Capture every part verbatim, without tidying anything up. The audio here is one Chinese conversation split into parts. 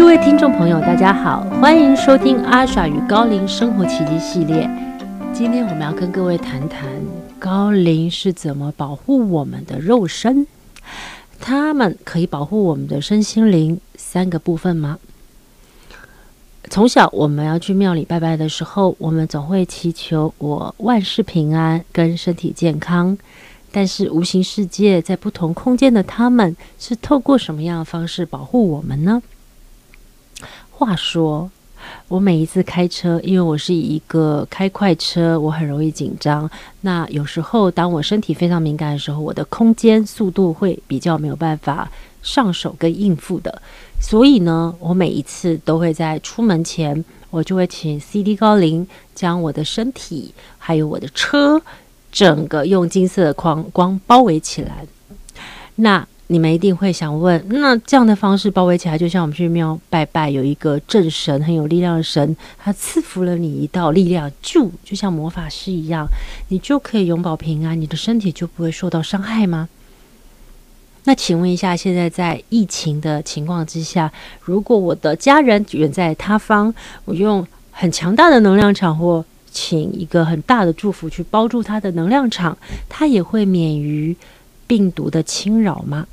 各位听众朋友大家好，欢迎收听阿傻与高龄生活奇迹系列。今天我们要跟各位谈谈高龄是怎么保护我们的肉身，他们可以保护我们的身心灵三个部分吗？从小我们要去庙里拜拜的时候，我们总会祈求我万事平安跟身体健康，但是无形世界在不同空间的他们是透过什么样的方式保护我们呢？话说我每一次开车，因为我是一个开快车，我很容易紧张，那有时候当我身体非常敏感的时候，我的空间速度会比较没有办法上手跟应付的，所以呢我每一次都会在出门前，我就会请 C D 高龄将我的身体还有我的车整个用金色的光光包围起来。那你们一定会想问，那这样的方式包围起来，就像我们去庙拜拜，有一个正神很有力量的神，他赐福了你一道力量，就就像魔法师一样，你就可以永保平安，你的身体就不会受到伤害吗？那请问一下，现在在疫情的情况之下，如果我的家人远在他方，我用很强大的能量场或请一个很大的祝福去包住他的能量场，他也会免于病毒的侵扰吗？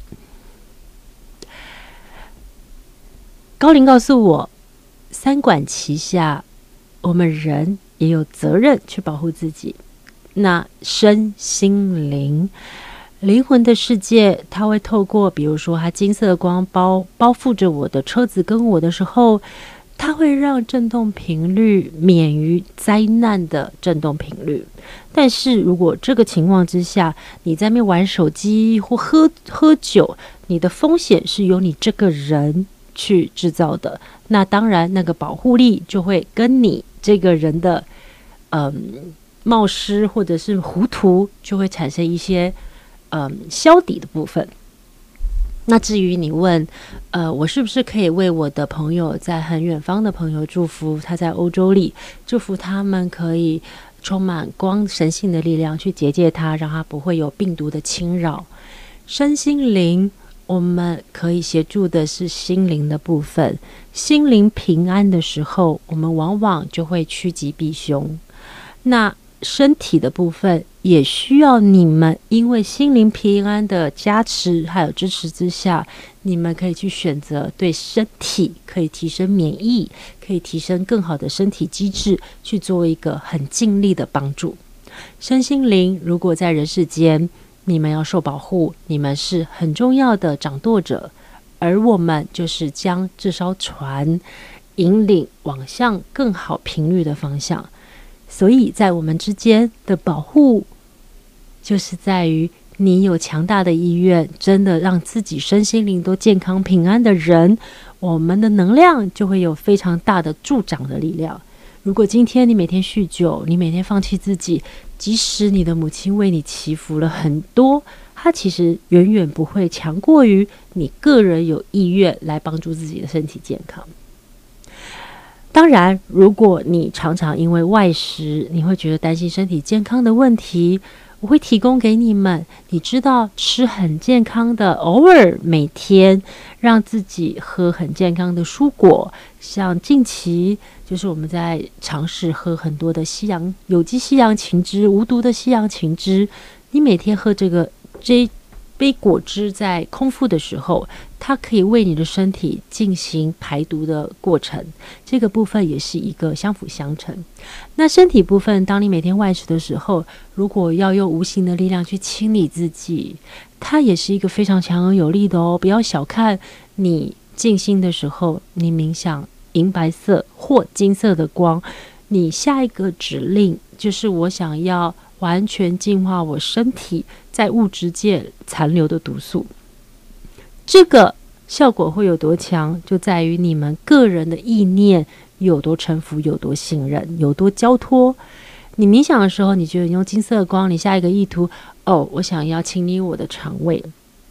高龄告诉我，三管齐下，我们人也有责任去保护自己。那身心灵灵魂的世界，它会透过比如说它金色的光包包覆着我的车子跟我的时候，它会让振动频率免于灾难的振动频率。但是如果这个情况之下，你在那边玩手机或喝喝酒，你的风险是由你这个人去制造的，那当然那个保护力就会跟你这个人的嗯冒失或者是糊涂就会产生一些嗯消底的部分。那至于你问呃，我是不是可以为我的朋友在很远方的朋友祝福，他在欧洲里，祝福他们可以充满光神性的力量去结界他，让他不会有病毒的侵扰。身心灵我们可以协助的是心灵的部分，心灵平安的时候，我们往往就会趋吉避凶。那身体的部分也需要你们，因为心灵平安的加持还有支持之下，你们可以去选择对身体可以提升免疫，可以提升更好的身体机制，去做一个很尽力的帮助。身心灵如果在人世间你们要受保护，你们是很重要的掌舵者，而我们就是将这艘船引领往向更好频率的方向。所以在我们之间的保护，就是在于你有强大的意愿，真的让自己身心灵都健康平安的人，我们的能量就会有非常大的助长的力量。如果今天你每天酗酒，你每天放弃自己，即使你的母亲为你祈福了很多，她其实远远不会强过于你个人有意愿来帮助自己的身体健康。当然如果你常常因为外食，你会觉得担心身体健康的问题，我会提供给你们，你知道吃很健康的，偶尔每天让自己喝很健康的蔬果，像近期就是我们在尝试喝很多的西洋有机西洋芹汁，无毒的西洋芹汁，你每天喝这个这杯果汁，在空腹的时候，它可以为你的身体进行排毒的过程，这个部分也是一个相辅相成。那身体部分，当你每天外食的时候，如果要用无形的力量去清理自己，它也是一个非常强而有力的哦。不要小看你静心的时候，你冥想银白色或金色的光，你下一个指令就是我想要完全净化我身体在物质界残留的毒素，这个效果会有多强，就在于你们个人的意念有多臣服，有多信任，有多交托。你冥想的时候，你觉得你用金色的光，你下一个意图，哦，我想要清理我的肠胃。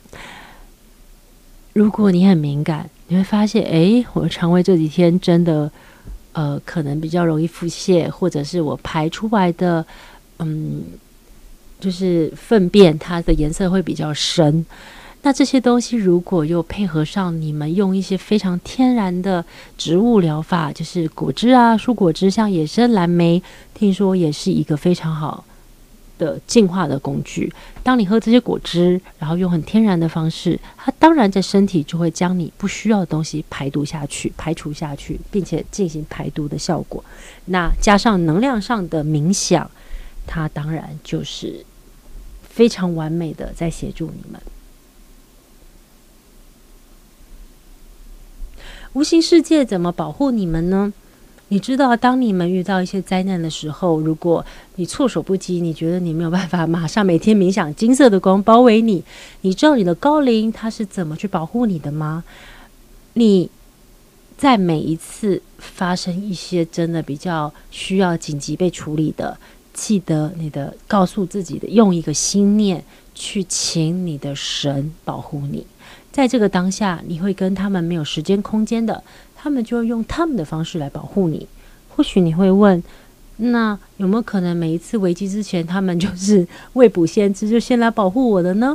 如果你很敏感，你会发现，诶，我的肠胃这几天真的呃，可能比较容易腹泻，或者是我排出来的嗯，就是粪便它的颜色会比较深， 那这些东西如果又配合上你们用一些非常天然的植物疗法，就是果汁啊、蔬果汁，像野生蓝莓，听说也是一个非常好的净化的工具。当你喝这些果汁，然后用很天然的方式，它当然在身体就会将你不需要的东西排毒下去、排除下去，并且进行排毒的效果。那加上能量上的冥想，它当然就是非常完美的在协助你们。无形世界怎么保护你们呢？你知道，当你们遇到一些灾难的时候，如果你措手不及，你觉得你没有办法马上每天冥想金色的光包围你，你知道你的高灵它是怎么去保护你的吗？你在每一次发生一些真的比较需要紧急被处理的，记得你的告诉自己的，用一个心念去请你的神保护你。在这个当下，你会跟他们没有时间空间的，他们就会用他们的方式来保护你。或许你会问，那有没有可能每一次危机之前，他们就是未卜先知，就先来保护我的呢？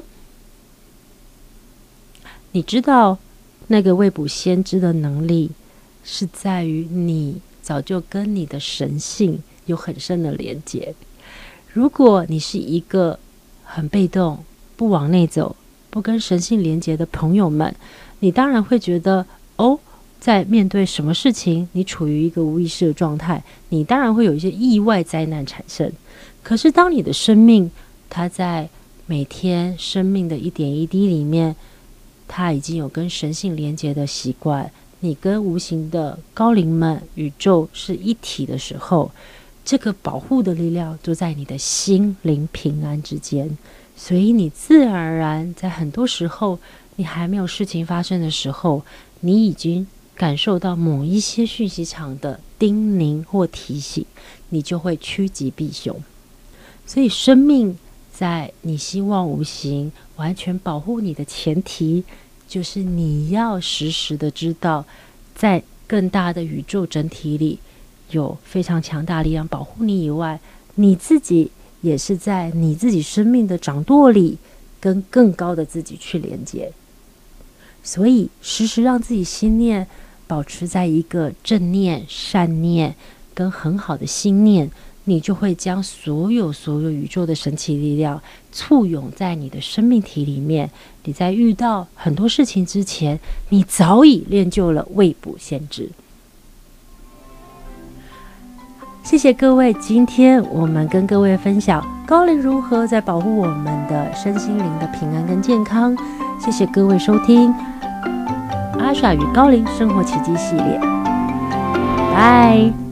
你知道那个未卜先知的能力是在于你早就跟你的神性有很深的连结。如果你是一个很被动、不往内走、不跟神性连结的朋友们，你当然会觉得，哦，在面对什么事情，你处于一个无意识的状态，你当然会有一些意外灾难产生。可是当你的生命，它在每天生命的一点一滴里面，它已经有跟神性连结的习惯，你跟无形的高灵们、宇宙是一体的时候，这个保护的力量就在你的心灵平安之间。所以你自然而然在很多时候，你还没有事情发生的时候，你已经感受到某一些讯息场的叮咛或提醒，你就会趋吉避凶。所以生命在你希望无形完全保护你的前提，就是你要时时的知道，在更大的宇宙整体里有非常强大力量保护你以外，你自己也是在你自己生命的掌舵里跟更高的自己去连接。所以时时让自己心念保持在一个正念、善念跟很好的心念，你就会将所有所有宇宙的神奇力量簇拥在你的生命体里面。你在遇到很多事情之前，你早已练就了未卜先知。谢谢各位，今天我们跟各位分享高灵如何在保护我们的身心灵的平安跟健康。谢谢各位收听阿莎与高灵生活奇迹系列，拜。